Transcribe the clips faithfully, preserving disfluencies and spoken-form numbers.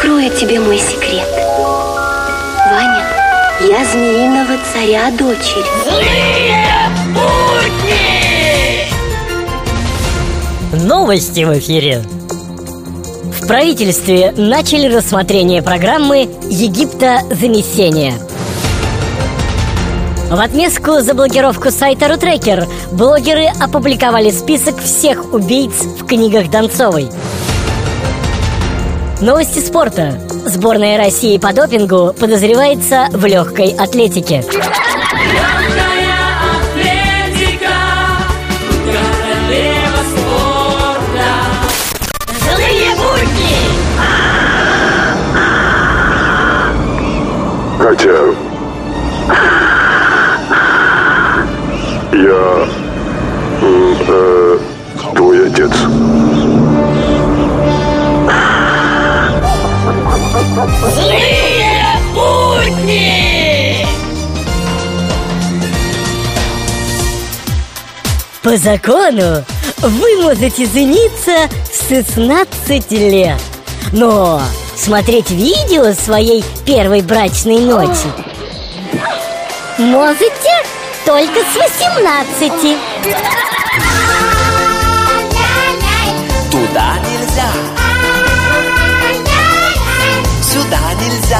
Открою тебе мой секрет. Ваня, я змеиного царя дочерь. Злые будни! Новости в эфире. В правительстве начали рассмотрение программы Египта-занесения. В отместку за блокировку сайта Рутрекер блогеры опубликовали список всех убийц в книгах Донцовой. Новости спорта. Сборная России по допингу подозревается в легкой атлетике. Легкая атлетика, королева спорта. Злые будни! Катя, я э, твой отец. Злые будни! По закону вы можете жениться с шестнадцати лет. Но смотреть видео своей первой брачной ночи можете только с восемнадцати. Туда нельзя, сюда нельзя.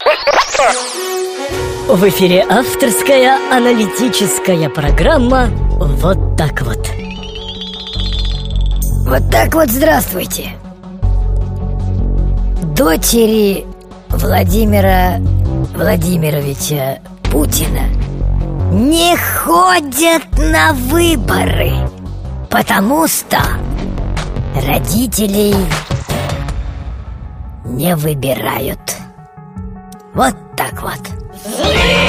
В эфире авторская аналитическая программа «Вот так вот». Вот так вот, здравствуйте. Дочери Владимира Владимировича Путина не ходят на выборы, потому что родителей не выбирают. Вот так вот. Злые